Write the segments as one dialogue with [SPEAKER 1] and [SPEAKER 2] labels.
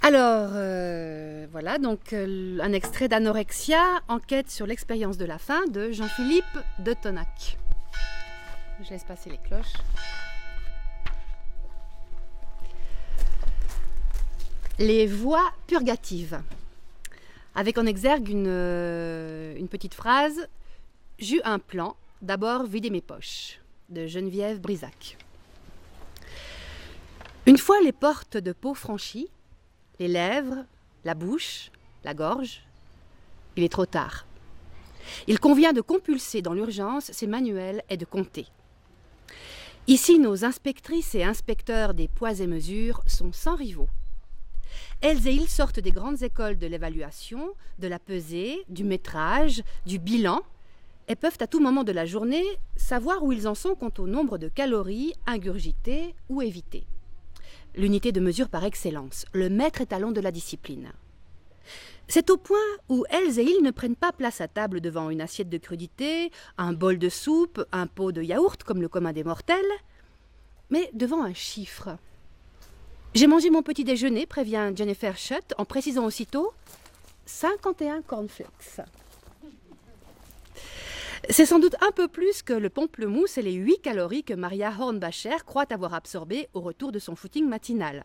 [SPEAKER 1] Voilà, donc un extrait d'Anorexia, enquête sur l'expérience de la faim de Jean-Philippe de Tonac. Je laisse passer les cloches. Les voies purgatives. Avec en exergue une petite phrase « J'eus un plan, d'abord vider mes poches » de Geneviève Brisac. Une fois les portes de Pau franchies, les lèvres, la bouche, la gorge, il est trop tard. Il convient de compulser dans l'urgence ses manuels et de compter. Ici, nos inspectrices et inspecteurs des poids et mesures sont sans rivaux. Elles et ils sortent des grandes écoles de l'évaluation, de la pesée, du métrage, du bilan, et peuvent à tout moment de la journée savoir où ils en sont quant au nombre de calories ingurgitées ou évitées. L'unité de mesure par excellence, le maître étalon de la discipline. C'est au point où elles et ils ne prennent pas place à table devant une assiette de crudités, un bol de soupe, un pot de yaourt comme le commun des mortels, mais devant un chiffre. J'ai mangé mon petit déjeuner, prévient Jennifer Schutt, en précisant aussitôt 51 cornflakes. C'est sans doute un peu plus que le pamplemousse et les 8 calories que Maria Hornbacher croit avoir absorbées au retour de son footing matinal.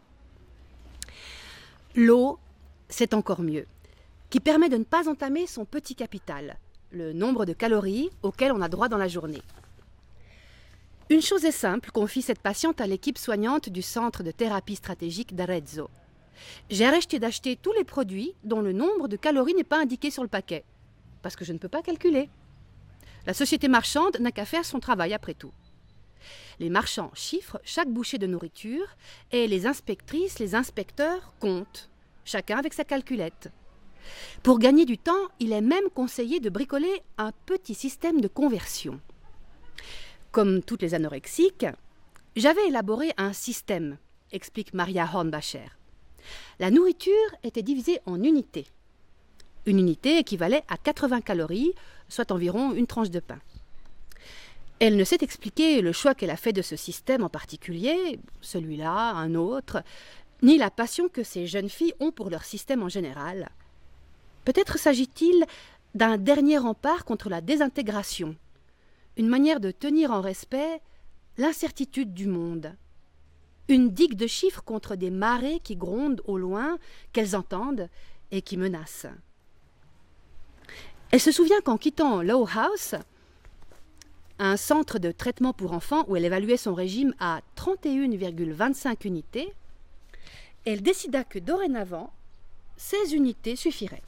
[SPEAKER 1] L'eau, c'est encore mieux, qui permet de ne pas entamer son petit capital, le nombre de calories auxquelles on a droit dans la journée. Une chose est simple, confie cette patiente à l'équipe soignante du centre de thérapie stratégique d'Arezzo. J'ai arrêté d'acheter tous les produits dont le nombre de calories n'est pas indiqué sur le paquet, parce que je ne peux pas calculer. La société marchande n'a qu'à faire son travail après tout. Les marchands chiffrent chaque bouchée de nourriture et les inspectrices, les inspecteurs comptent, chacun avec sa calculette. Pour gagner du temps, il est même conseillé de bricoler un petit système de conversion. Comme toutes les anorexiques, j'avais élaboré un système, explique Maria Hornbacher. La nourriture était divisée en unités. Une unité équivalait à 80 calories, soit environ une tranche de pain. Elle ne sait expliquer le choix qu'elle a fait de ce système en particulier, celui-là, un autre, ni la passion que ces jeunes filles ont pour leur système en général. Peut-être s'agit-il d'un dernier rempart contre la désintégration, une manière de tenir en respect l'incertitude du monde, une digue de chiffres contre des marées qui grondent au loin, qu'elles entendent et qui menacent. Elle se souvient qu'en quittant Low House, un centre de traitement pour enfants où elle évaluait son régime à 31,25 unités, elle décida que dorénavant, 16 unités suffiraient.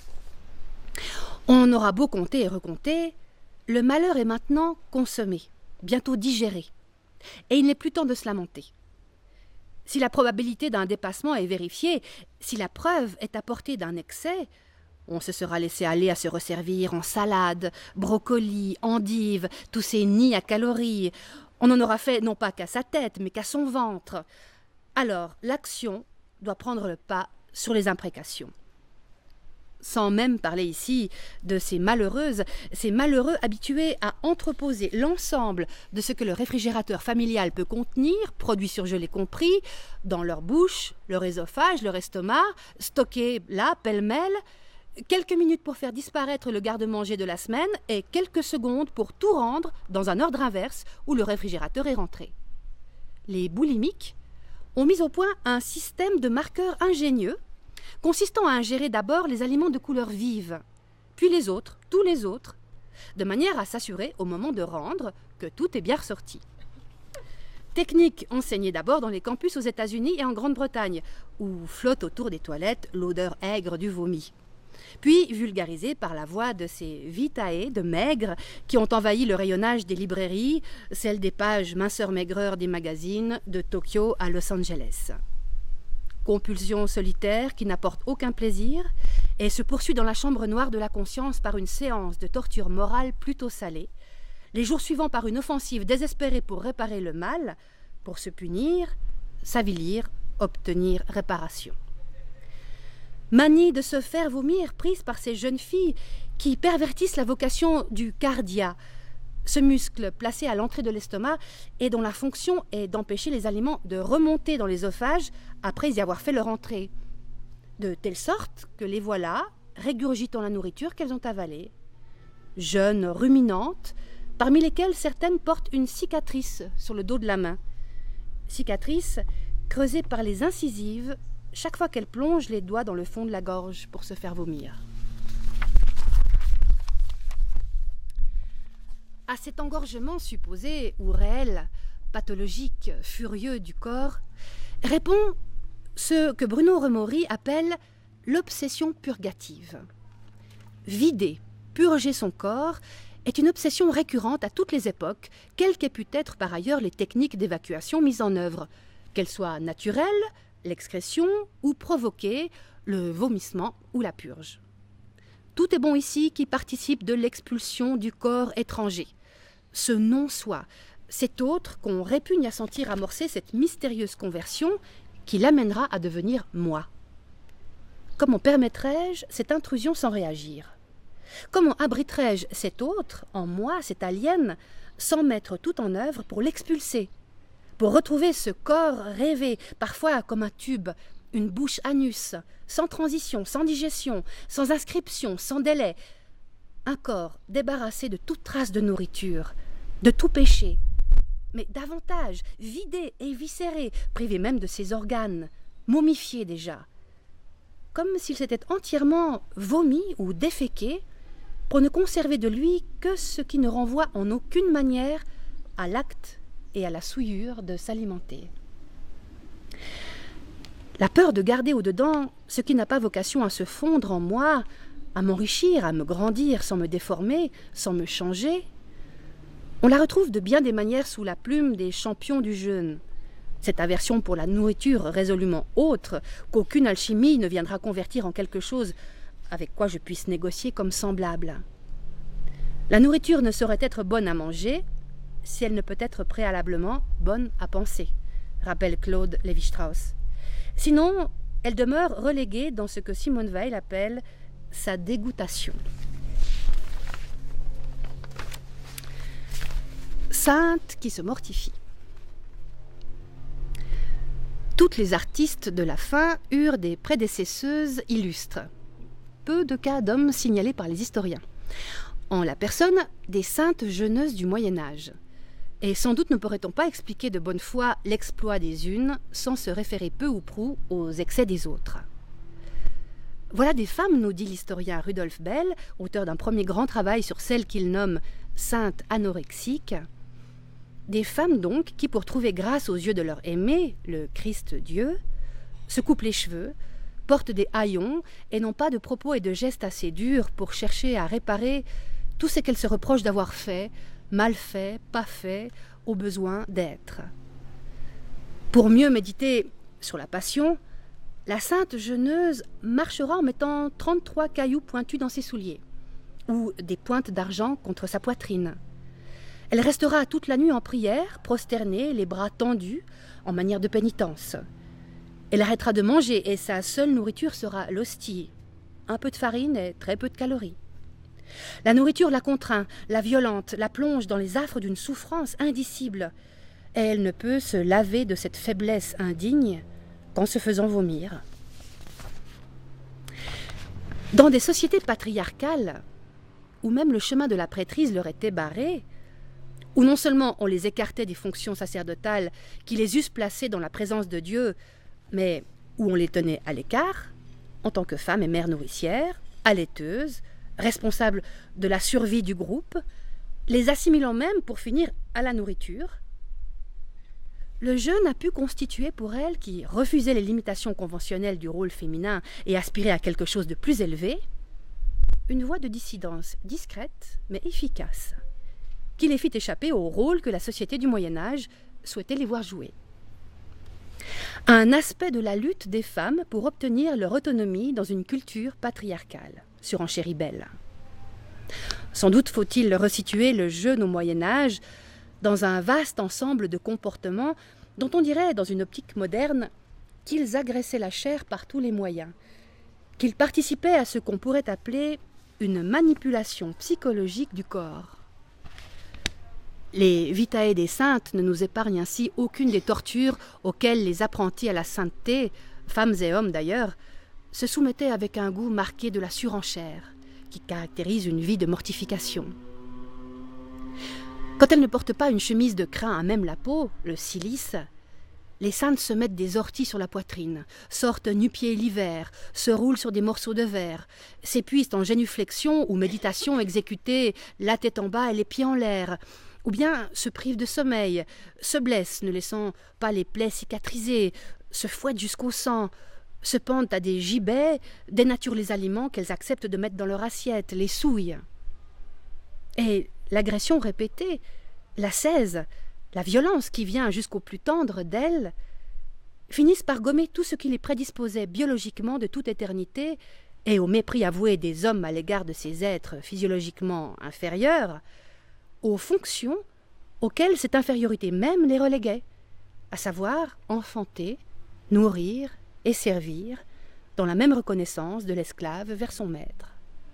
[SPEAKER 1] On aura beau compter et recompter, le malheur est maintenant consommé, bientôt digéré, et il n'est plus temps de se lamenter. Si la probabilité d'un dépassement est vérifiée, si la preuve est apportée d'un excès, on se sera laissé aller à se resservir en salade, brocoli, endives, tous ces nids à calories. On en aura fait non pas qu'à sa tête, mais qu'à son ventre. Alors, l'action doit prendre le pas sur les imprécations. Sans même parler ici de ces malheureux habitués à entreposer l'ensemble de ce que le réfrigérateur familial peut contenir, produits surgelés compris, dans leur bouche, leur œsophage, leur estomac, stockés là, pêle-mêle, quelques minutes pour faire disparaître le garde-manger de la semaine et quelques secondes pour tout rendre dans un ordre inverse où le réfrigérateur est rentré. Les boulimiques ont mis au point un système de marqueurs ingénieux consistant à ingérer d'abord les aliments de couleur vive, puis les autres, tous les autres, de manière à s'assurer au moment de rendre que tout est bien ressorti. Technique enseignée d'abord dans les campus aux États-Unis et en Grande-Bretagne, où flotte autour des toilettes l'odeur aigre du vomi. Puis vulgarisée par la voix de ces vitae de maigres qui ont envahi le rayonnage des librairies, celles des pages minceur-maigreur des magazines de Tokyo à Los Angeles. Compulsion solitaire qui n'apporte aucun plaisir et se poursuit dans la chambre noire de la conscience par une séance de torture morale plutôt salée, les jours suivants par une offensive désespérée pour réparer le mal, pour se punir, s'avilir, obtenir réparation. Manie de se faire vomir prise par ces jeunes filles qui pervertissent la vocation du cardia, ce muscle placé à l'entrée de l'estomac et dont la fonction est d'empêcher les aliments de remonter dans l'œsophage après y avoir fait leur entrée. de telle sorte que les voilà régurgitant la nourriture qu'elles ont avalée. Jeunes, ruminantes, parmi lesquelles certaines portent une cicatrice sur le dos de la main. Cicatrice creusée par les incisives chaque fois qu'elles plongent les doigts dans le fond de la gorge pour se faire vomir. À cet engorgement supposé ou réel, pathologique, furieux du corps, répond ce que Bruno Remori appelle l'obsession purgative. Vider, purger son corps est une obsession récurrente à toutes les époques, quelles qu'aient pu être par ailleurs les techniques d'évacuation mises en œuvre, qu'elles soient naturelles, l'excrétion, ou provoquées, le vomissement ou la purge. Tout est bon ici qui participe de l'expulsion du corps étranger. Ce non-soi, cet autre qu'on répugne à sentir amorcer cette mystérieuse conversion qui l'amènera à devenir moi. Comment permettrais-je cette intrusion sans réagir ? Comment abriterais-je cet autre, en moi, cet alien, sans mettre tout en œuvre pour l'expulser ? Pour retrouver ce corps rêvé, parfois comme un tube, une bouche anus, sans transition, sans digestion, sans inscription, sans délai. Un corps débarrassé de toute trace de nourriture, de tout péché, mais davantage vidé et viscéré, privé même de ses organes, momifié déjà, comme s'il s'était entièrement vomi ou déféqué, pour ne conserver de lui que ce qui ne renvoie en aucune manière à l'acte et à la souillure de s'alimenter. La peur de garder au-dedans ce qui n'a pas vocation à se fondre en moi, à m'enrichir, à me grandir sans me déformer, sans me changer, on la retrouve de bien des manières sous la plume des champions du jeûne. Cette aversion pour la nourriture résolument autre, qu'aucune alchimie ne viendra convertir en quelque chose avec quoi je puisse négocier comme semblable. La nourriture ne saurait être bonne à manger si elle ne peut être préalablement bonne à penser, rappelle Claude Lévi-Strauss. Sinon, elle demeure reléguée dans ce que Simone Weil appelle sa dégoûtation. Sainte qui se mortifie. Toutes les artistes de la fin eurent des prédécesseuses illustres. Peu de cas d'hommes signalés par les historiens. En la personne des saintes jeûneuses du Moyen-Âge. Et sans doute ne pourrait-on pas expliquer de bonne foi l'exploit des unes sans se référer peu ou prou aux excès des autres. Voilà des femmes, nous dit l'historien Rudolf Bell, auteur d'un premier grand travail sur celle qu'il nomme saintes anorexiques. Des femmes donc qui, pour trouver grâce aux yeux de leur aimé, le Christ Dieu, se coupent les cheveux, portent des haillons et n'ont pas de propos et de gestes assez durs pour chercher à réparer tout ce qu'elles se reprochent d'avoir fait, mal fait, pas fait, au besoin d'être. Pour mieux méditer sur la passion, la sainte jeûneuse marchera en mettant 33 cailloux pointus dans ses souliers, ou des pointes d'argent contre sa poitrine. Elle restera toute la nuit en prière, prosternée, les bras tendus, en manière de pénitence. Elle arrêtera de manger et sa seule nourriture sera l'hostie, un peu de farine et très peu de calories. La nourriture la contraint, la violente, la plonge dans les affres d'une souffrance indicible, et elle ne peut se laver de cette faiblesse indigne qu'en se faisant vomir. Dans des sociétés patriarcales, où même le chemin de la prêtrise leur était barré, où non seulement on les écartait des fonctions sacerdotales qui les eussent placées dans la présence de Dieu, mais où on les tenait à l'écart, en tant que femmes et mères nourricières, allaiteuses, responsables de la survie du groupe, les assimilant même pour finir à la nourriture, le jeûne a pu constituer pour elles, qui refusaient les limitations conventionnelles du rôle féminin et aspiraient à quelque chose de plus élevé, une voie de dissidence discrète mais efficace, qui les fit échapper au rôle que la société du Moyen-Âge souhaitait les voir jouer. Un aspect de la lutte des femmes pour obtenir leur autonomie dans une culture patriarcale, surenchérit Bell. Sans doute faut-il resituer le jeûne au Moyen-Âge dans un vaste ensemble de comportements dont on dirait, dans une optique moderne, qu'ils agressaient la chair par tous les moyens, qu'ils participaient à ce qu'on pourrait appeler une manipulation psychologique du corps. Les Vitae des saintes ne nous épargnent ainsi aucune des tortures auxquelles les apprentis à la sainteté, femmes et hommes d'ailleurs, se soumettait avec un goût marqué de la surenchère, qui caractérise une vie de mortification. Quand elles ne portent pas une chemise de crin à même la peau, le cilice, les saintes se mettent des orties sur la poitrine, sortent nu-pieds l'hiver, se roulent sur des morceaux de verre, s'épuisent en génuflexion ou méditation exécutée la tête en bas et les pieds en l'air, ou bien se privent de sommeil, se blessent ne laissant pas les plaies cicatrisées, se fouettent jusqu'au sang, se pendent à des gibets, dénaturent les aliments qu'elles acceptent de mettre dans leur assiette, les souillent. Et l'agression répétée, l'ascèse, la violence qui vient jusqu'au plus tendre d'elles, finissent par gommer tout ce qui les prédisposait biologiquement de toute éternité et au mépris avoué des hommes à l'égard de ces êtres physiologiquement inférieurs, aux fonctions auxquelles cette infériorité même les reléguait, à savoir enfanter, nourrir et servir, dans la même reconnaissance de l'esclave vers son maître.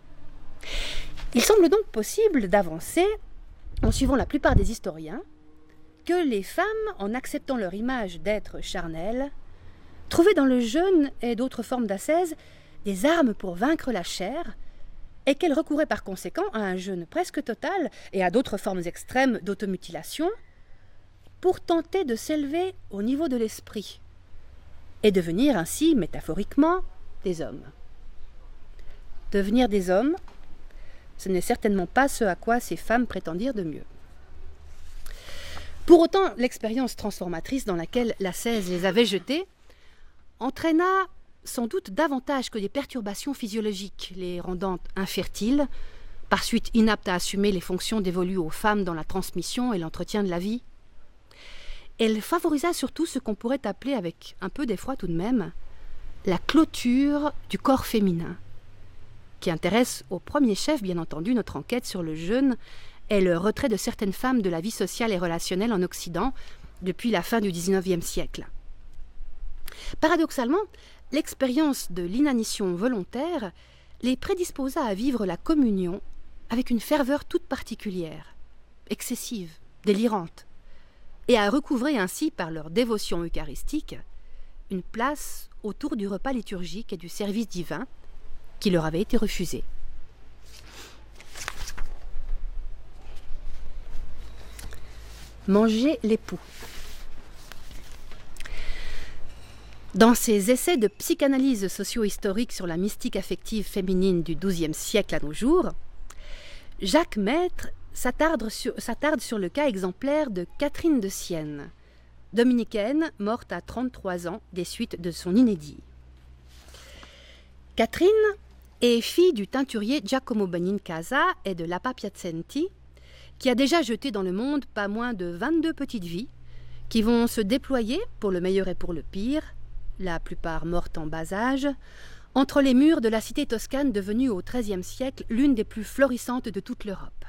[SPEAKER 1] Il semble donc possible d'avancer, en suivant la plupart des historiens, que les femmes, en acceptant leur image d'être charnel, trouvaient dans le jeûne et d'autres formes d'ascèse des armes pour vaincre la chair, et qu'elles recouraient par conséquent à un jeûne presque total et à d'autres formes extrêmes d'automutilation pour tenter de s'élever au niveau de l'esprit et devenir ainsi, métaphoriquement, des hommes. Devenir des hommes, ce n'est certainement pas ce à quoi ces femmes prétendirent de mieux. Pour autant, l'expérience transformatrice dans laquelle l'ascèse les avait jetées entraîna sans doute davantage que des perturbations physiologiques, les rendant infertiles, par suite inaptes à assumer les fonctions dévolues aux femmes dans la transmission et l'entretien de la vie. Elle favorisa surtout ce qu'on pourrait appeler, avec un peu d'effroi tout de même, la clôture du corps féminin, qui intéresse au premier chef, bien entendu, notre enquête sur le jeûne et le retrait de certaines femmes de la vie sociale et relationnelle en Occident depuis la fin du XIXe siècle. Paradoxalement, l'expérience de l'inanition volontaire les prédisposa à vivre la communion avec une ferveur toute particulière, excessive, délirante, et à recouvrer ainsi par leur dévotion eucharistique une place autour du repas liturgique et du service divin qui leur avait été refusé. Manger l'époux. Dans ses essais de psychanalyse socio-historique sur la mystique affective féminine du XIIe siècle à nos jours, Jacques Maître s'attarde sur le cas exemplaire de Catherine de Sienne, dominicaine morte à 33 ans des suites de son inédit. Catherine est fille du teinturier Giacomo Benincasa et de Lapa Piacenti, qui a déjà jeté dans le monde pas moins de 22 petites vies qui vont se déployer, pour le meilleur et pour le pire, la plupart mortes en bas âge, entre les murs de la cité toscane devenue au XIIIe siècle l'une des plus florissantes de toute l'Europe.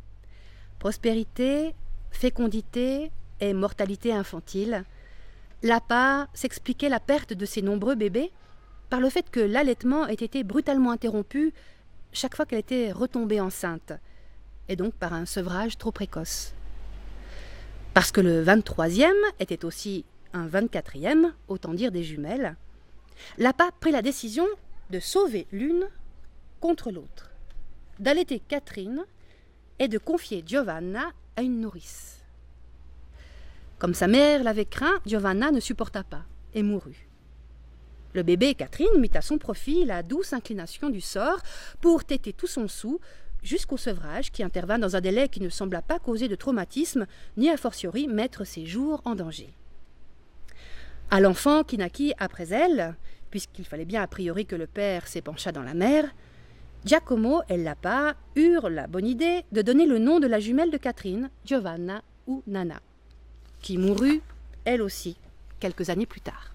[SPEAKER 1] Prospérité, fécondité et mortalité infantile, Lapa s'expliquait la perte de ses nombreux bébés par le fait que l'allaitement ait été brutalement interrompu chaque fois qu'elle était retombée enceinte, et donc par un sevrage trop précoce. Parce que le 23e était aussi un 24e, autant dire des jumelles, Lapa prit la décision de sauver l'une contre l'autre, d'allaiter Catherine et de confier Giovanna à une nourrice. Comme sa mère l'avait craint, Giovanna ne supporta pas et mourut. Le bébé Catherine mit à son profit la douce inclination du sort pour téter tout son soûl jusqu'au sevrage qui intervint dans un délai qui ne sembla pas causer de traumatisme ni a fortiori mettre ses jours en danger. À l'enfant qui naquit après elle, puisqu'il fallait bien a priori que le père s'épanchât dans la mère, Giacomo et Lapa eurent la bonne idée de donner le nom de la jumelle de Catherine, Giovanna ou Nana, qui mourut, elle aussi, quelques années plus tard.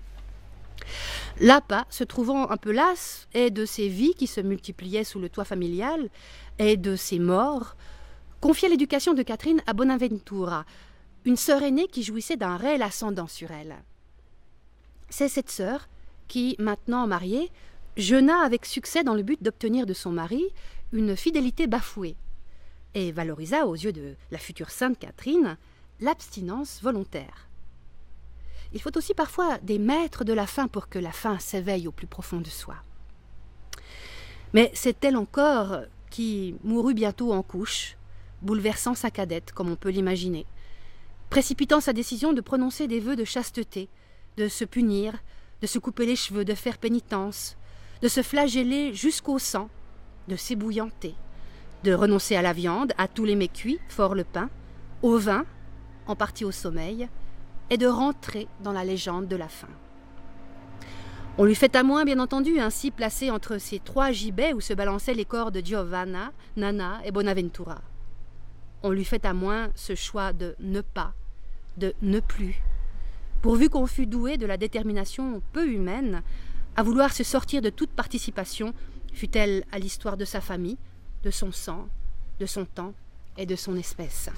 [SPEAKER 1] Lapa, se trouvant un peu lasse, et de ces vies qui se multipliaient sous le toit familial, et de ces morts, confia l'éducation de Catherine à Bonaventura, une sœur aînée qui jouissait d'un réel ascendant sur elle. C'est cette sœur qui, maintenant mariée, jeûna avec succès dans le but d'obtenir de son mari une fidélité bafouée, et valorisa aux yeux de la future sainte Catherine l'abstinence volontaire. Il faut aussi parfois des maîtres de la faim pour que la faim s'éveille au plus profond de soi. Mais c'est elle encore qui mourut bientôt en couches, bouleversant sa cadette, comme on peut l'imaginer, précipitant sa décision de prononcer des vœux de chasteté, de se punir, de se couper les cheveux, de faire pénitence, de se flageller jusqu'au sang, de s'ébouillanter, de renoncer à la viande, à tous les mets cuits, fort le pain, au vin, en partie au sommeil, et de rentrer dans la légende de la fin. On lui fait à moins, bien entendu, ainsi placé entre ces 3 gibets où se balançaient les corps de Giovanna, Nana et Bonaventura. On lui fait à moins ce choix de ne pas, de ne plus, pourvu qu'on fût doué de la détermination peu humaine à vouloir se sortir de toute participation, fût-elle à l'histoire de sa famille, de son sang, de son temps et de son espèce.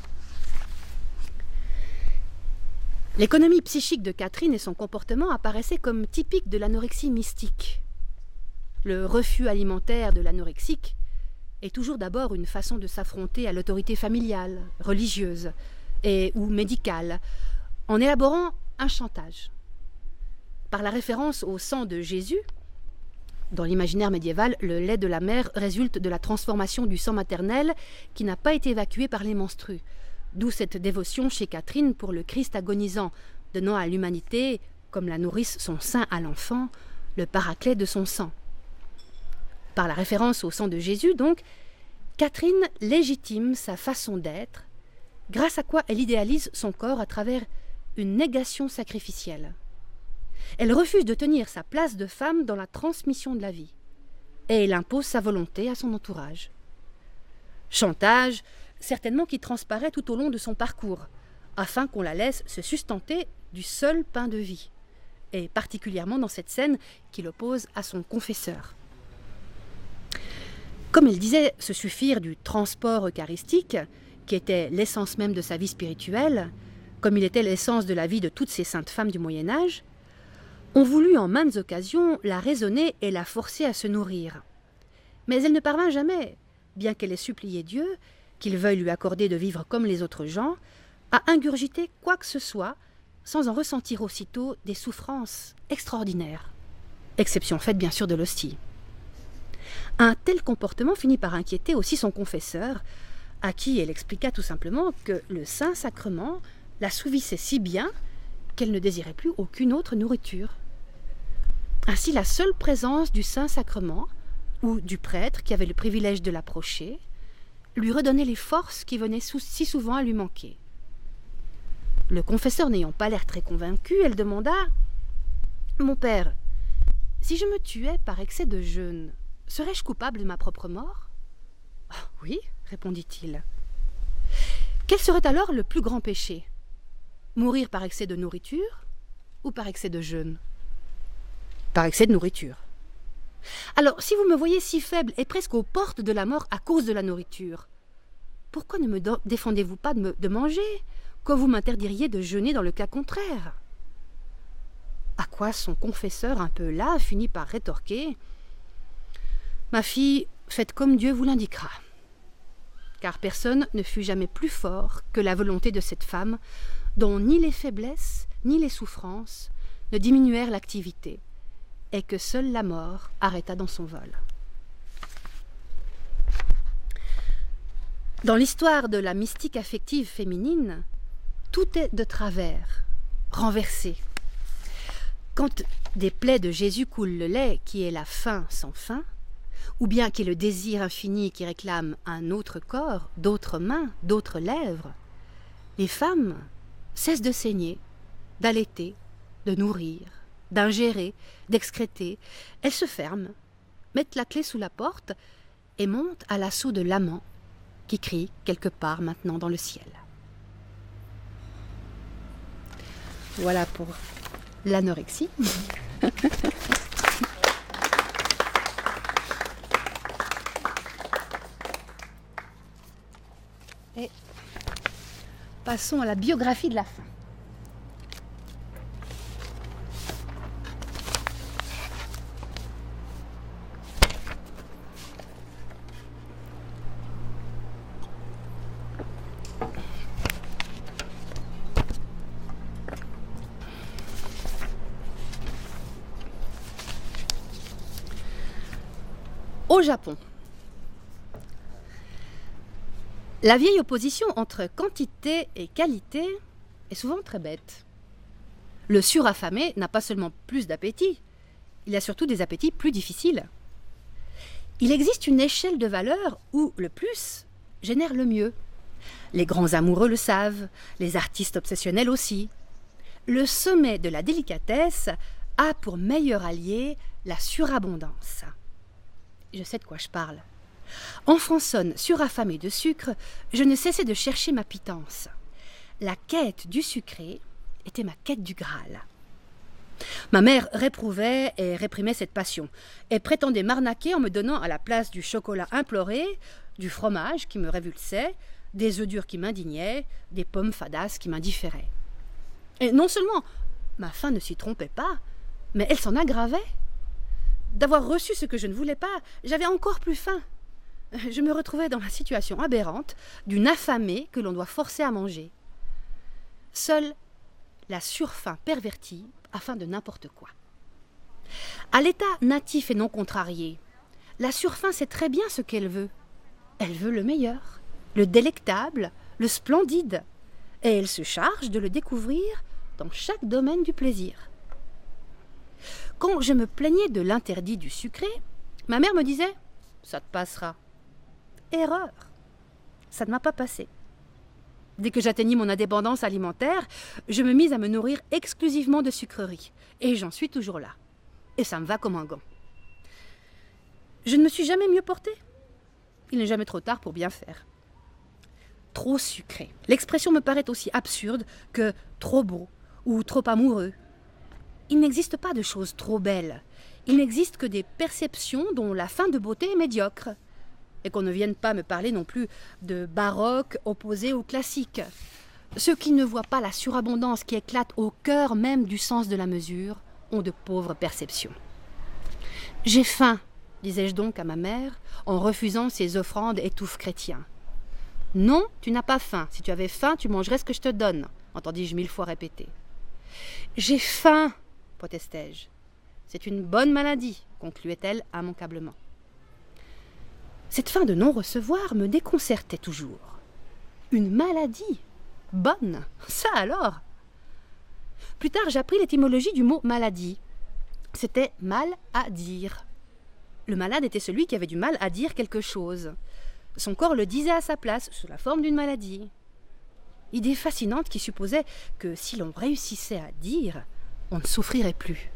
[SPEAKER 1] L'économie psychique de Catherine et son comportement apparaissaient comme typiques de l'anorexie mystique. Le refus alimentaire de l'anorexique est toujours d'abord une façon de s'affronter à l'autorité familiale, religieuse ou médicale, en élaborant un chantage. Par la référence au sang de Jésus, dans l'imaginaire médiéval, le lait de la mère résulte de la transformation du sang maternel qui n'a pas été évacué par les menstrues. D'où cette dévotion chez Catherine pour le Christ agonisant, donnant à l'humanité, comme la nourrice son sein à l'enfant, le paraclet de son sang. Par la référence au sang de Jésus, donc, Catherine légitime sa façon d'être, grâce à quoi elle idéalise son corps à travers une négation sacrificielle. Elle refuse de tenir sa place de femme dans la transmission de la vie, et elle impose sa volonté à son entourage. Chantage, certainement qui transparaît tout au long de son parcours, afin qu'on la laisse se sustenter du seul pain de vie, et particulièrement dans cette scène qui l'oppose à son confesseur. Comme il disait se suffire du transport eucharistique, qui était l'essence même de sa vie spirituelle, comme il était l'essence de la vie de toutes ces saintes femmes du Moyen-Âge, on voulut en maintes occasions la raisonner et la forcer à se nourrir. Mais elle ne parvint jamais, bien qu'elle ait supplié Dieu, qu'il veuille lui accorder de vivre comme les autres gens, à ingurgiter quoi que ce soit, sans en ressentir aussitôt des souffrances extraordinaires. Exception faite bien sûr de l'hostie. Un tel comportement finit par inquiéter aussi son confesseur, à qui elle expliqua tout simplement que le Saint-Sacrement l'assouvissait si bien qu'elle ne désirait plus aucune autre nourriture. Ainsi, la seule présence du Saint-Sacrement, ou du prêtre qui avait le privilège de l'approcher, lui redonnait les forces qui venaient si souvent à lui manquer. Le confesseur n'ayant pas l'air très convaincu, elle demanda « Mon père, si je me tuais par excès de jeûne, serais-je coupable de ma propre mort ?»« Oui, répondit-il. »« Quel serait alors le plus grand péché ? Mourir par excès de nourriture ou par excès de jeûne ? » ?»« Par excès de nourriture. »« Alors, si vous me voyez si faible et presque aux portes de la mort à cause de la nourriture, pourquoi ne me défendez-vous pas de manger, quand vous m'interdiriez de jeûner dans le cas contraire ?» À quoi son confesseur, un peu las, finit par rétorquer « Ma fille, faites comme Dieu vous l'indiquera. » Car personne ne fut jamais plus fort que la volonté de cette femme, dont ni les faiblesses ni les souffrances ne diminuèrent l'activité, et que seule la mort arrêta dans son vol. Dans l'histoire de la mystique affective féminine, tout est de travers, renversé. Quand des plaies de Jésus coulent le lait qui est la faim sans fin, ou bien qui est le désir infini qui réclame un autre corps, d'autres mains, d'autres lèvres, les femmes cessent de saigner, d'allaiter, de nourrir, d'ingérer, d'excréter. Elles se ferment, mettent la clé sous la porte et montent à l'assaut de l'amant qui crie quelque part maintenant dans le ciel. Voilà pour l'anorexie. Et passons à la biographie de la fin. Au Japon. La vieille opposition entre quantité et qualité est souvent très bête. Le suraffamé n'a pas seulement plus d'appétit, il a surtout des appétits plus difficiles. Il existe une échelle de valeurs où le plus génère le mieux. Les grands amoureux le savent, les artistes obsessionnels aussi. Le sommet de la délicatesse a pour meilleur allié la surabondance. Je sais de quoi je parle. Enfant suraffamé de sucre, je ne cessais de chercher ma pitance. La quête du sucré était ma quête du Graal. Ma mère réprouvait et réprimait cette passion, et prétendait m'arnaquer en me donnant à la place du chocolat imploré, du fromage qui me révulsait, des œufs durs qui m'indignaient, des pommes fadasses qui m'indifféraient. Et non seulement ma faim ne s'y trompait pas, mais elle s'en aggravait. D'avoir reçu ce que je ne voulais pas, j'avais encore plus faim. Je me retrouvais dans la situation aberrante d'une affamée que l'on doit forcer à manger. Seule la surfaim pervertie a faim de n'importe quoi. À l'état natif et non contrarié, la surfaim sait très bien ce qu'elle veut. Elle veut le meilleur, le délectable, le splendide, et elle se charge de le découvrir dans chaque domaine du plaisir. Quand je me plaignais de l'interdit du sucré, ma mère me disait « ça te passera ». Erreur. Ça ne m'a pas passé. Dès que j'atteignis mon indépendance alimentaire, je me mis à me nourrir exclusivement de sucreries. Et j'en suis toujours là. Et ça me va comme un gant. Je ne me suis jamais mieux portée. Il n'est jamais trop tard pour bien faire. Trop sucré. L'expression me paraît aussi absurde que trop beau ou trop amoureux. Il n'existe pas de choses trop belles. Il n'existe que des perceptions dont la fin de beauté est médiocre. Et qu'on ne vienne pas me parler non plus de baroque opposé au classique. Ceux qui ne voient pas la surabondance qui éclate au cœur même du sens de la mesure ont de pauvres perceptions. « J'ai faim », disais-je donc à ma mère, en refusant ses offrandes étouffes chrétiens. « Non, tu n'as pas faim. Si tu avais faim, tu mangerais ce que je te donne », entendis-je 1000 fois répéter. « J'ai faim », protestai-je. « C'est une bonne maladie », concluait-elle immanquablement. Cette faim de non-recevoir me déconcertait toujours. Une maladie ? Bonne ? Ça alors ? Plus tard, j'appris l'étymologie du mot maladie. C'était mal à dire. Le malade était celui qui avait du mal à dire quelque chose. Son corps le disait à sa place, sous la forme d'une maladie. Idée fascinante qui supposait que si l'on réussissait à dire, on ne souffrirait plus.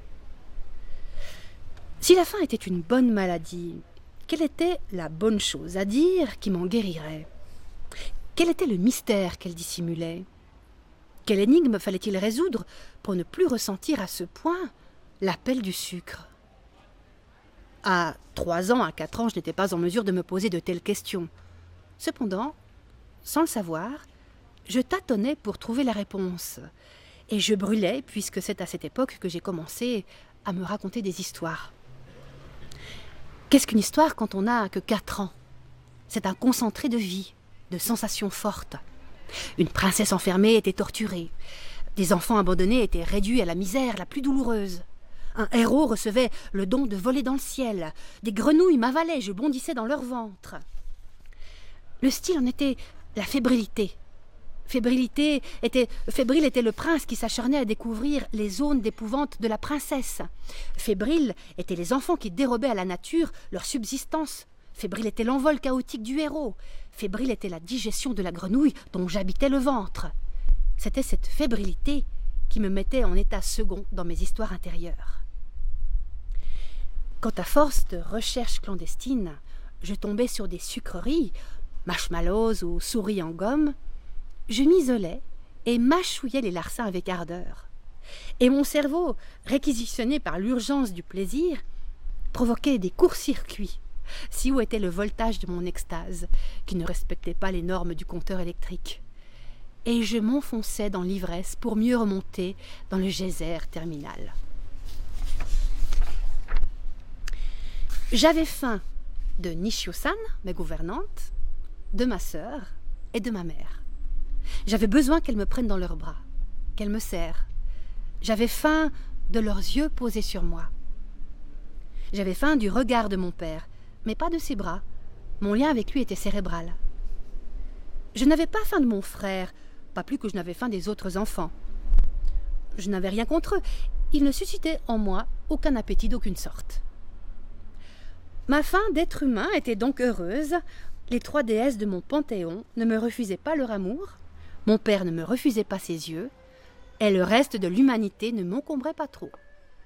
[SPEAKER 1] Si la faim était une bonne maladie, quelle était la bonne chose à dire qui m'en guérirait ? Quel était le mystère qu'elle dissimulait ? Quelle énigme fallait-il résoudre pour ne plus ressentir à ce point l'appel du sucre ? À 3 ans, à 4 ans, je n'étais pas en mesure de me poser de telles questions. Cependant, sans le savoir, je tâtonnais pour trouver la réponse. Et je brûlais, puisque c'est à cette époque que j'ai commencé à me raconter des histoires. Qu'est-ce qu'une histoire quand on n'a que 4 ans ? C'est un concentré de vie, de sensations fortes. Une princesse enfermée était torturée. Des enfants abandonnés étaient réduits à la misère la plus douloureuse. Un héros recevait le don de voler dans le ciel. Des grenouilles m'avalaient, je bondissais dans leur ventre. Le style en était la fébrilité. Fébrile était le prince qui s'acharnait à découvrir les zones d'épouvante de la princesse. Fébrile étaient les enfants qui dérobaient à la nature leur subsistance. Fébrile était l'envol chaotique du héros. Fébrile était la digestion de la grenouille dont j'habitais le ventre. C'était cette fébrilité qui me mettait en état second dans mes histoires intérieures. Quand à force de recherches clandestines, je tombais sur des sucreries, marshmallows ou souris en gomme, je m'isolais et mâchouillais les larcins avec ardeur. Et mon cerveau, réquisitionné par l'urgence du plaisir, provoquait des courts-circuits. Si haut était le voltage de mon extase, qui ne respectait pas les normes du compteur électrique. Et je m'enfonçais dans l'ivresse pour mieux remonter dans le geyser terminal. J'avais faim de Nishio-san, ma gouvernante, de ma sœur et de ma mère. J'avais besoin qu'elles me prennent dans leurs bras, qu'elles me serrent. J'avais faim de leurs yeux posés sur moi. J'avais faim du regard de mon père, mais pas de ses bras. Mon lien avec lui était cérébral. Je n'avais pas faim de mon frère, pas plus que je n'avais faim des autres enfants. Je n'avais rien contre eux. Ils ne suscitaient en moi aucun appétit d'aucune sorte. Ma faim d'être humain était donc heureuse. Les 3 déesses de mon panthéon ne me refusaient pas leur amour, mon père ne me refusait pas ses yeux, et le reste de l'humanité ne m'encombrait pas trop.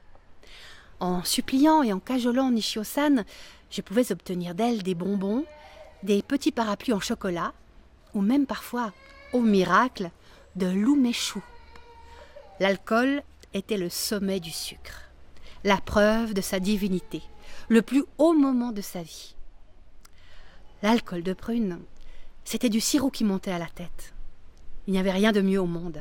[SPEAKER 1] En suppliant et en cajolant Nishio-san, je pouvais obtenir d'elle des bonbons, des petits parapluies en chocolat, ou même parfois, au miracle, de l'umeshu. L'alcool était le sommet du sucre, la preuve de sa divinité, le plus haut moment de sa vie. L'alcool de prune, c'était du sirop qui montait à la tête. Il n'y avait rien de mieux au monde.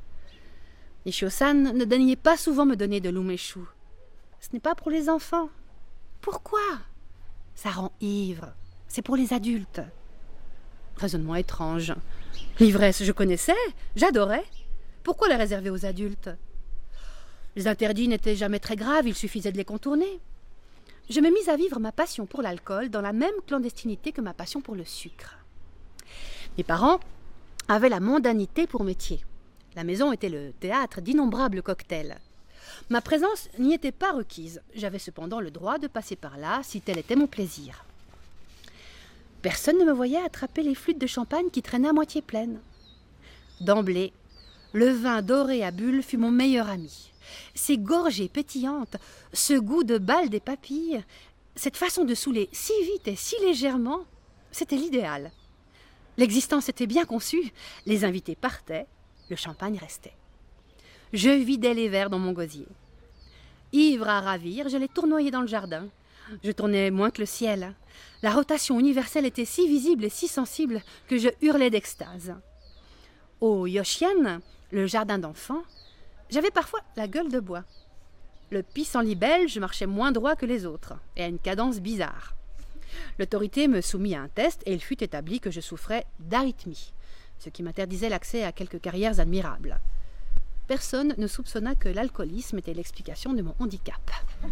[SPEAKER 1] Nishio-san ne daignait pas souvent me donner de l'umeshu. Ce n'est pas pour les enfants. Pourquoi? Ça rend ivre. C'est pour les adultes. Raisonnement étrange. L'ivresse, je connaissais, j'adorais. Pourquoi la réserver aux adultes? Les interdits n'étaient jamais très graves, il suffisait de les contourner. Je me mis à vivre ma passion pour l'alcool dans la même clandestinité que ma passion pour le sucre. Mes parents avaient la mondanité pour métier. La maison était le théâtre d'innombrables cocktails. Ma présence n'y était pas requise. J'avais cependant le droit de passer par là si tel était mon plaisir. Personne ne me voyait attraper les flûtes de champagne qui traînaient à moitié pleines. D'emblée, le vin doré à bulles fut mon meilleur ami. Ces gorgées pétillantes, ce goût de balle des papilles, cette façon de saouler si vite et si légèrement, c'était l'idéal. L'existence était bien conçue, les invités partaient, le champagne restait. Je vidais les verres dans mon gosier. Ivre à ravir, je les tournoyais dans le jardin. Je tournais moins que le ciel. La rotation universelle était si visible et si sensible que je hurlais d'extase. Au Yoshien, le jardin d'enfants, j'avais parfois la gueule de bois. Le pissenlit belge marchait moins droit que les autres, et à une cadence bizarre. L'autorité me soumit à un test et il fut établi que je souffrais d'arythmie, ce qui m'interdisait l'accès à quelques carrières admirables. Personne ne soupçonna que l'alcoolisme était l'explication de mon handicap.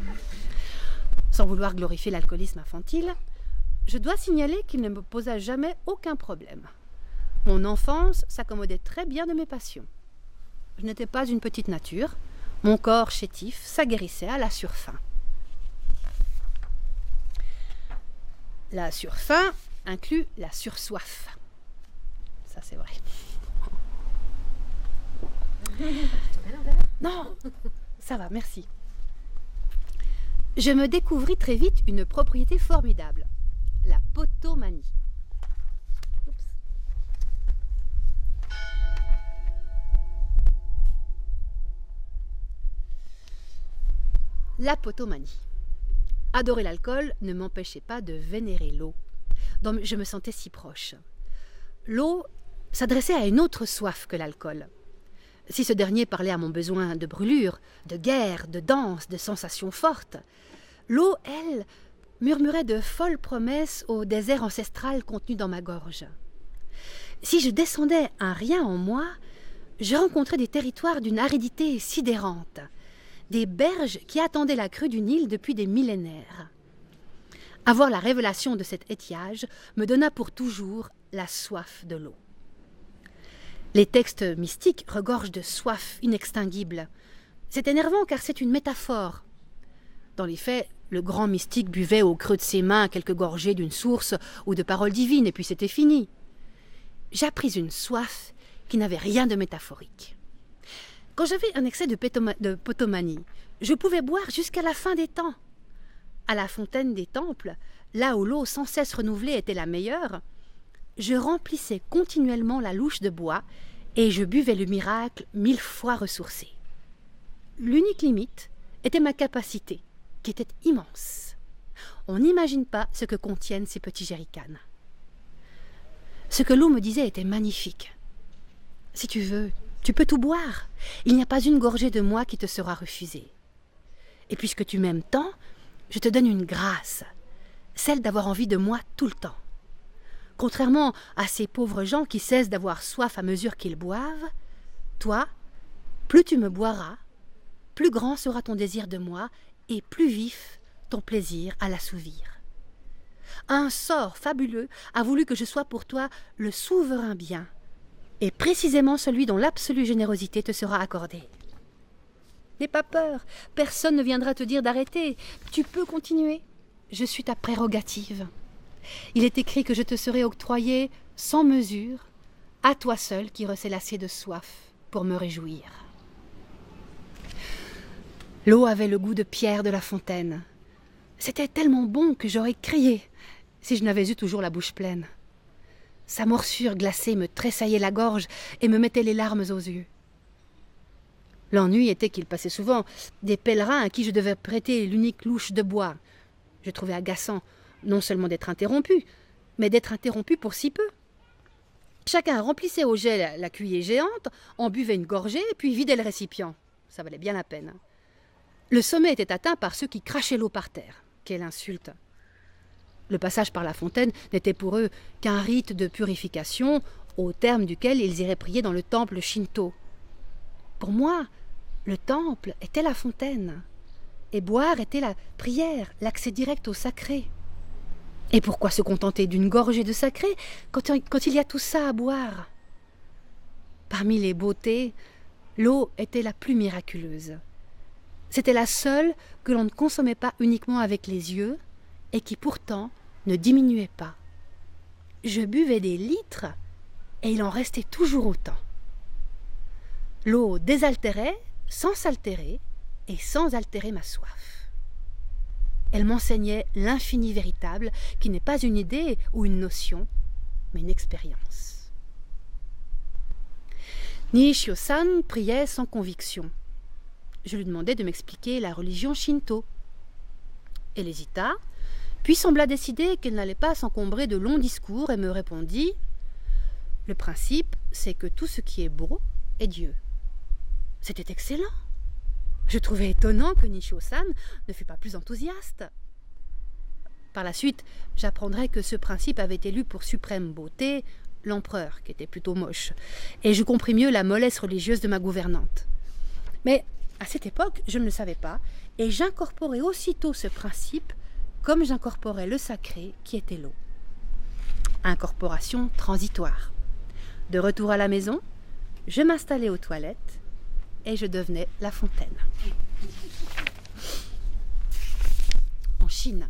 [SPEAKER 1] Sans vouloir glorifier l'alcoolisme infantile, je dois signaler qu'il ne me posa jamais aucun problème. Mon enfance s'accommodait très bien de mes passions. Je n'étais pas une petite nature, mon corps chétif s'aguerrissait à la surfaim. La surfaim inclut la sursoif. Ça, c'est vrai. Non, ça va, merci. Je me découvris très vite une propriété formidable, la potomanie. Oups. La potomanie. Adorer l'alcool ne m'empêchait pas de vénérer l'eau, dont je me sentais si proche. L'eau s'adressait à une autre soif que l'alcool. Si ce dernier parlait à mon besoin de brûlure, de guerre, de danse, de sensations fortes, l'eau, elle, murmurait de folles promesses au désert ancestral contenu dans ma gorge. Si je descendais un rien en moi, je rencontrais des territoires d'une aridité sidérante, des berges qui attendaient la crue du Nil depuis des millénaires. Avoir la révélation de cet étiage me donna pour toujours la soif de l'eau. Les textes mystiques regorgent de soif inextinguible. C'est énervant car c'est une métaphore. Dans les faits, le grand mystique buvait au creux de ses mains quelques gorgées d'une source ou de paroles divines et puis c'était fini. J'appris une soif qui n'avait rien de métaphorique. Quand j'avais un excès de potomanie, je pouvais boire jusqu'à la fin des temps. À la fontaine des temples, là où l'eau sans cesse renouvelée était la meilleure, je remplissais continuellement la louche de bois et je buvais le miracle 1000 fois ressourcé. L'unique limite était ma capacité, qui était immense. On n'imagine pas ce que contiennent ces petits jerrycans. Ce que l'eau me disait était magnifique. Si tu veux, tu peux tout boire. Il n'y a pas une gorgée de moi qui te sera refusée. Et puisque tu m'aimes tant, je te donne une grâce, celle d'avoir envie de moi tout le temps. Contrairement à ces pauvres gens qui cessent d'avoir soif à mesure qu'ils boivent, toi, plus tu me boiras, plus grand sera ton désir de moi et plus vif ton plaisir à l'assouvir. Un sort fabuleux a voulu que je sois pour toi le souverain bien, et précisément celui dont l'absolue générosité te sera accordée. N'aie pas peur, personne ne viendra te dire d'arrêter. Tu peux continuer. Je suis ta prérogative. Il est écrit que je te serai octroyé sans mesure, à toi seul qui recèle assez de soif pour me réjouir. L'eau avait le goût de pierre de la fontaine. C'était tellement bon que j'aurais crié si je n'avais eu toujours la bouche pleine. Sa morsure glacée me tressaillait la gorge et me mettait les larmes aux yeux. L'ennui était qu'il passait souvent des pèlerins à qui je devais prêter l'unique louche de bois. Je trouvais agaçant non seulement d'être interrompu, mais d'être interrompu pour si peu. Chacun remplissait au jet la cuillère géante, en buvait une gorgée, puis vidait le récipient. Ça valait bien la peine. Le sommet était atteint par ceux qui crachaient l'eau par terre. Quelle insulte! Le passage par la fontaine n'était pour eux qu'un rite de purification, au terme duquel ils iraient prier dans le temple shinto. Pour moi, le temple était la fontaine, et boire était la prière, l'accès direct au sacré. Et pourquoi se contenter d'une gorgée de sacré quand il y a tout ça à boire? Parmi les beautés, l'eau était la plus miraculeuse. C'était la seule que l'on ne consommait pas uniquement avec les yeux et qui pourtant ne diminuait pas. Je buvais des litres et il en restait toujours autant. L'eau désaltérait sans s'altérer et sans altérer ma soif. Elle m'enseignait l'infini véritable qui n'est pas une idée ou une notion, mais une expérience. Nishio-san priait sans conviction. Je lui demandai de m'expliquer la religion shinto. Elle hésita, puis sembla décider qu'elle n'allait pas s'encombrer de longs discours et me répondit « Le principe, c'est que tout ce qui est beau est Dieu. » C'était excellent. Je trouvais étonnant que Nishio-san ne fût pas plus enthousiaste. Par la suite, j'apprendrai que ce principe avait élu pour suprême beauté l'empereur, qui était plutôt moche, et je compris mieux la mollesse religieuse de ma gouvernante. Mais à cette époque, je ne le savais pas, et j'incorporais aussitôt ce principe comme j'incorporais le sacré qui était l'eau. Incorporation transitoire. De retour à la maison, je m'installais aux toilettes et je devenais la fontaine. En Chine.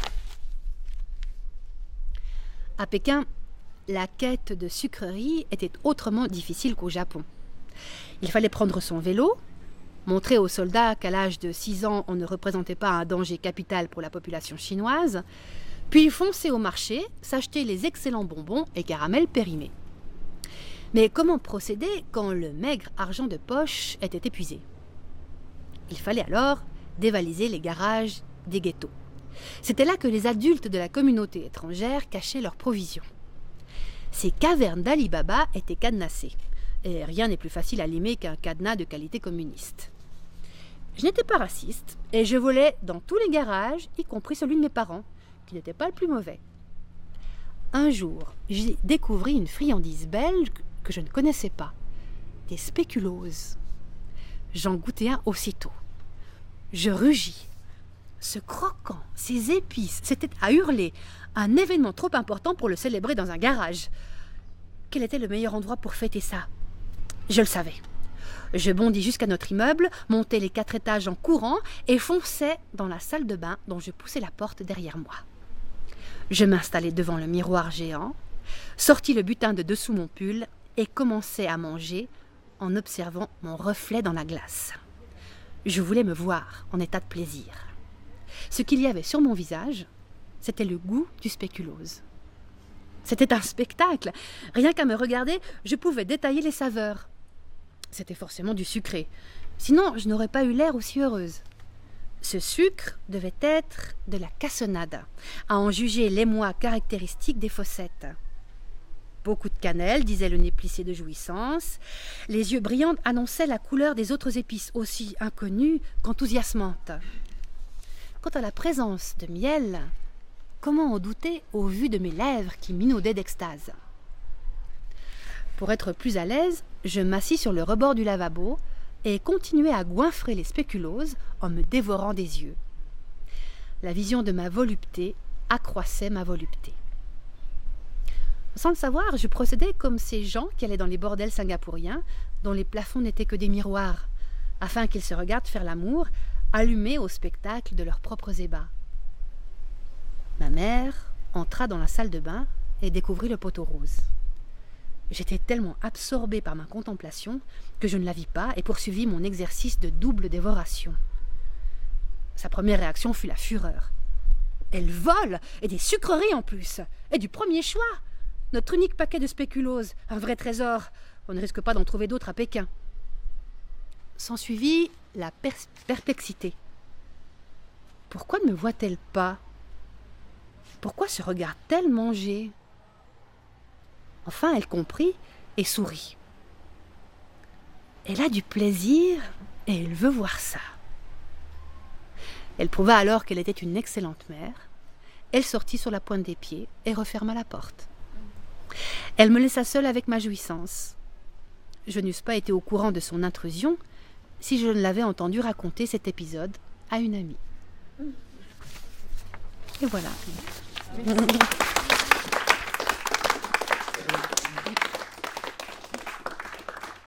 [SPEAKER 1] À Pékin, la quête de sucreries était autrement difficile qu'au Japon. Il fallait prendre son vélo, montrer aux soldats qu'à l'âge de 6 ans, on ne représentait pas un danger capital pour la population chinoise, puis foncer au marché, s'acheter les excellents bonbons et caramels périmés. Mais comment procéder quand le maigre argent de poche était épuisé? Il fallait alors dévaliser les garages des ghettos. C'était là que les adultes de la communauté étrangère cachaient leurs provisions. Ces cavernes d'Ali Baba étaient cadenassées, et rien n'est plus facile à limer qu'un cadenas de qualité communiste. Je n'étais pas raciste, et je volais dans tous les garages, y compris celui de mes parents, qui n'était pas le plus mauvais. Un jour, j'y découvris une friandise belge que je ne connaissais pas, des spéculoses. J'en goûtai un aussitôt. Je rugis. Ce croquant, ces épices, c'était à hurler, un événement trop important pour le célébrer dans un garage. Quel était le meilleur endroit pour fêter ça? Je le savais. Je bondis jusqu'à notre immeuble, montai les 4 étages en courant et fonçai dans la salle de bain dont je poussai la porte derrière moi. Je m'installai devant le miroir géant, sortis le butin de dessous mon pull et commençai à manger en observant mon reflet dans la glace. Je voulais me voir en état de plaisir. Ce qu'il y avait sur mon visage, c'était le goût du spéculose. C'était un spectacle. Rien qu'à me regarder, je pouvais détailler les saveurs. C'était forcément du sucré. Sinon, je n'aurais pas eu l'air aussi heureuse. Ce sucre devait être de la cassonade, à en juger l'émoi caractéristique des fossettes. Beaucoup de cannelle, disait le nez plissé de jouissance. Les yeux brillants annonçaient la couleur des autres épices, aussi inconnues qu'enthousiasmantes. Quant à la présence de miel, comment en douter au vu de mes lèvres qui minaudaient d'extase? Pour être plus à l'aise, je m'assis sur le rebord du lavabo et continuai à goinfrer les spéculoses en me dévorant des yeux. La vision de ma volupté accroissait ma volupté. Sans le savoir, je procédais comme ces gens qui allaient dans les bordels singapouriens, dont les plafonds n'étaient que des miroirs, afin qu'ils se regardent faire l'amour, allumés au spectacle de leurs propres ébats. Ma mère entra dans la salle de bain et découvrit le poteau rose. J'étais tellement absorbée par ma contemplation que je ne la vis pas et poursuivis mon exercice de double dévoration. Sa première réaction fut la fureur. « Elle vole, et des sucreries en plus, et du premier choix. Notre unique paquet de spéculoos, un vrai trésor. On ne risque pas d'en trouver d'autres à Pékin. » S'ensuivit la perplexité. Pourquoi ne me voit-elle pas? Pourquoi se regarde-t-elle manger? Enfin, elle comprit et sourit. Elle a du plaisir et elle veut voir ça. Elle prouva alors qu'elle était une excellente mère. Elle sortit sur la pointe des pieds et referma la porte. Elle me laissa seule avec ma jouissance. Je n'eusse pas été au courant de son intrusion si je ne l'avais entendu raconter cet épisode à une amie. Et voilà.